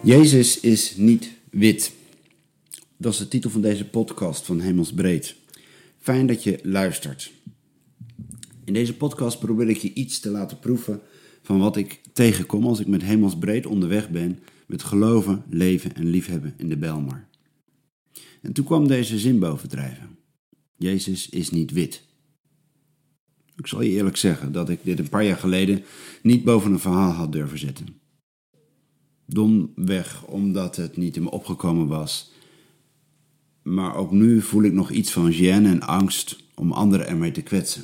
Jezus is niet wit. Dat is de titel van deze podcast van Hemelsbreed. Fijn dat je luistert. In deze podcast probeer ik je iets te laten proeven van wat ik tegenkom als ik met Hemelsbreed onderweg ben met geloven, leven en liefhebben in de Bijlmer. En toen kwam deze zin bovendrijven. Jezus is niet wit. Ik zal je eerlijk zeggen dat ik dit een paar jaar geleden niet boven een verhaal had durven zetten. Domweg omdat het niet in me opgekomen was. Maar ook nu voel ik nog iets van gêne en angst om anderen ermee te kwetsen.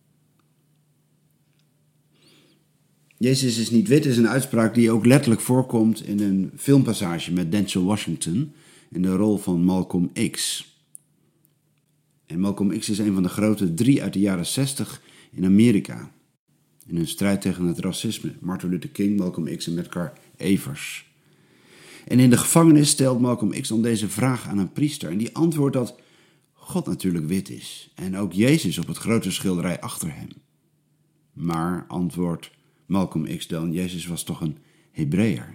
Jezus is niet wit is een uitspraak die ook letterlijk voorkomt in een filmpassage met Denzel Washington in de rol van Malcolm X. En Malcolm X is een van de grote 3 uit de jaren 60 in Amerika. In hun strijd tegen het racisme. Martin Luther King, Malcolm X en Medgar Evers. En in de gevangenis stelt Malcolm X dan deze vraag aan een priester. En die antwoordt dat God natuurlijk wit is. En ook Jezus op het grote schilderij achter hem. Maar, antwoordt Malcolm X dan, Jezus was toch een Hebreeër?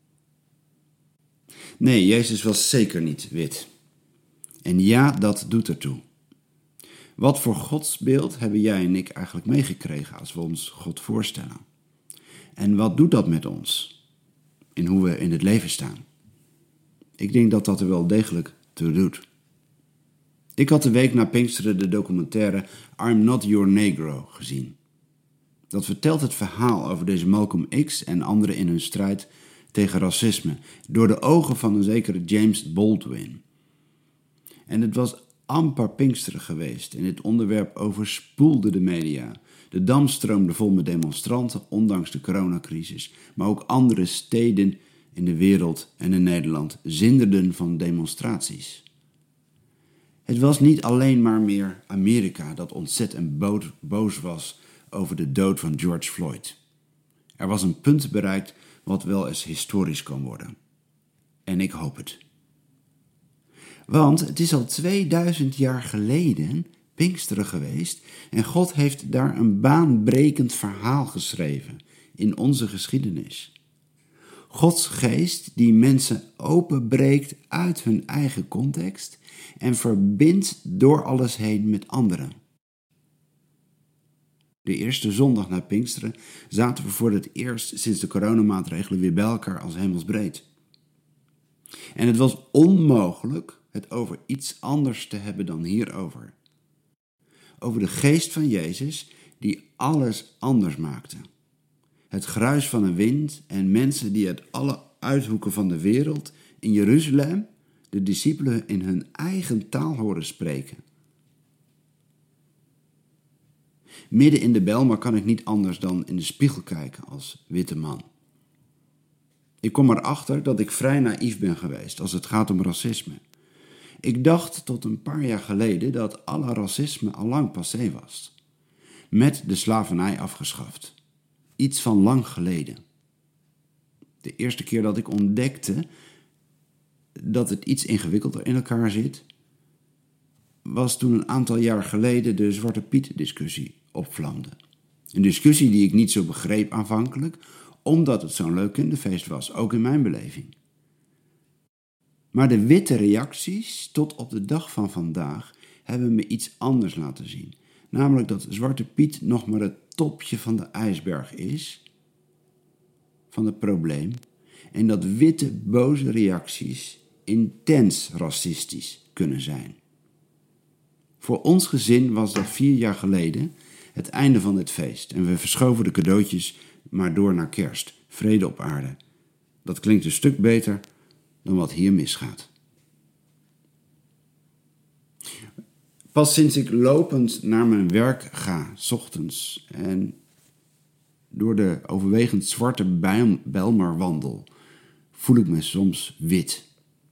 Nee, Jezus was zeker niet wit. En ja, dat doet ertoe. Wat voor godsbeeld hebben jij en ik eigenlijk meegekregen als we ons God voorstellen? En wat doet dat met ons? In hoe we in het leven staan? Ik denk dat dat er wel degelijk toe doet. Ik had de week na Pinksteren de documentaire I'm Not Your Negro gezien. Dat vertelt het verhaal over deze Malcolm X en anderen in hun strijd tegen racisme door de ogen van een zekere James Baldwin. En het was amper Pinksteren geweest en dit onderwerp overspoelde de media. De Dam stroomde vol met demonstranten, ondanks de coronacrisis. Maar ook andere steden in de wereld en in Nederland zinderden van demonstraties. Het was niet alleen maar meer Amerika dat ontzet en boos was over de dood van George Floyd. Er was een punt bereikt wat wel eens historisch kan worden. En ik hoop het. Want het is al 2000 jaar geleden Pinksteren geweest en God heeft daar een baanbrekend verhaal geschreven in onze geschiedenis. Gods geest die mensen openbreekt uit hun eigen context en verbindt door alles heen met anderen. De eerste zondag na Pinksteren zaten we voor het eerst sinds de coronamaatregelen weer bij elkaar als Hemelsbreed. En het was onmogelijk het over iets anders te hebben dan hierover. Over de geest van Jezus die alles anders maakte. Het gruis van een wind en mensen die uit alle uithoeken van de wereld in Jeruzalem de discipelen in hun eigen taal horen spreken. Midden in de Bijlmer kan ik niet anders dan in de spiegel kijken als witte man. Ik kom erachter dat ik vrij naïef ben geweest als het gaat om racisme. Ik dacht tot een paar jaar geleden dat alle racisme al lang passé was. Met de slavernij afgeschaft. Iets van lang geleden. De eerste keer dat ik ontdekte dat het iets ingewikkelder in elkaar zit, was toen een aantal jaar geleden de Zwarte Piet discussie opvlamde. Een discussie die ik niet zo begreep aanvankelijk, omdat het zo'n leuk kinderfeest was, ook in mijn beleving. Maar de witte reacties tot op de dag van vandaag hebben me iets anders laten zien. Namelijk dat Zwarte Piet nog maar het topje van de ijsberg is, van het probleem. En dat witte boze reacties intens racistisch kunnen zijn. Voor ons gezin was dat 4 jaar geleden het einde van dit feest. En we verschoven de cadeautjes maar door naar Kerst. Vrede op aarde. Dat klinkt een stuk beter dan wat hier misgaat. Pas sinds ik lopend naar mijn werk ga, 's ochtends, en door de overwegend zwarte Bijlmer wandel, voel ik me soms wit.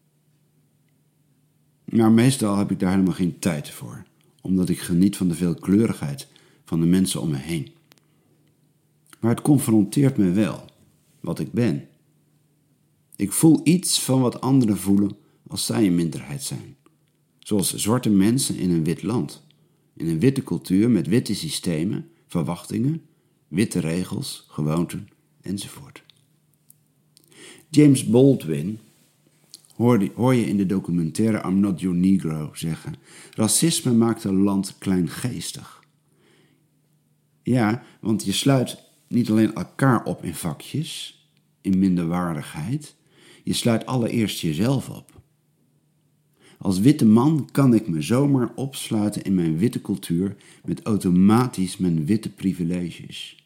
Maar meestal heb ik daar helemaal geen tijd voor, omdat ik geniet van de veelkleurigheid van de mensen om me heen. Maar het confronteert me wel, wat ik ben. Ik voel iets van wat anderen voelen als zij een minderheid zijn. Zoals zwarte mensen in een wit land. In een witte cultuur met witte systemen, verwachtingen, witte regels, gewoonten enzovoort. James Baldwin hoor je in de documentaire I'm Not Your Negro zeggen: racisme maakt een land kleingeestig. Ja, want je sluit niet alleen elkaar op in vakjes, in minderwaardigheid. Je sluit allereerst jezelf op. Als witte man kan ik me zomaar opsluiten in mijn witte cultuur met automatisch mijn witte privileges.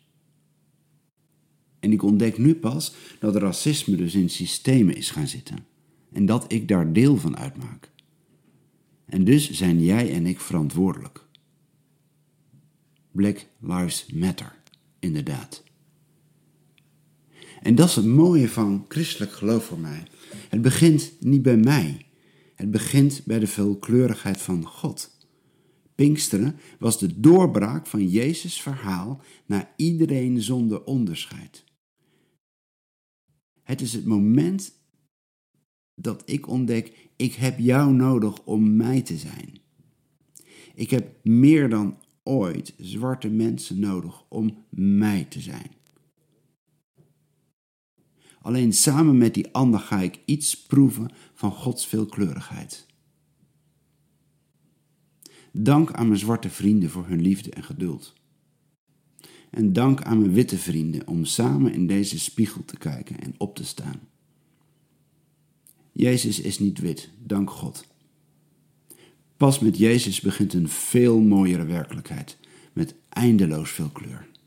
En ik ontdek nu pas dat racisme dus in systemen is gaan zitten. En dat ik daar deel van uitmaak. En dus zijn jij en ik verantwoordelijk. Black Lives Matter, inderdaad. En dat is het mooie van christelijk geloof voor mij. Het begint niet bij mij. Het begint bij de veelkleurigheid van God. Pinksteren was de doorbraak van Jezus' verhaal naar iedereen zonder onderscheid. Het is het moment dat ik ontdek, ik heb jou nodig om mij te zijn. Ik heb meer dan ooit zwarte mensen nodig om mij te zijn. Alleen samen met die ander ga ik iets proeven van Gods veelkleurigheid. Dank aan mijn zwarte vrienden voor hun liefde en geduld. En dank aan mijn witte vrienden om samen in deze spiegel te kijken en op te staan. Jezus is niet wit, dank God. Pas met Jezus begint een veel mooiere werkelijkheid, met eindeloos veel kleur.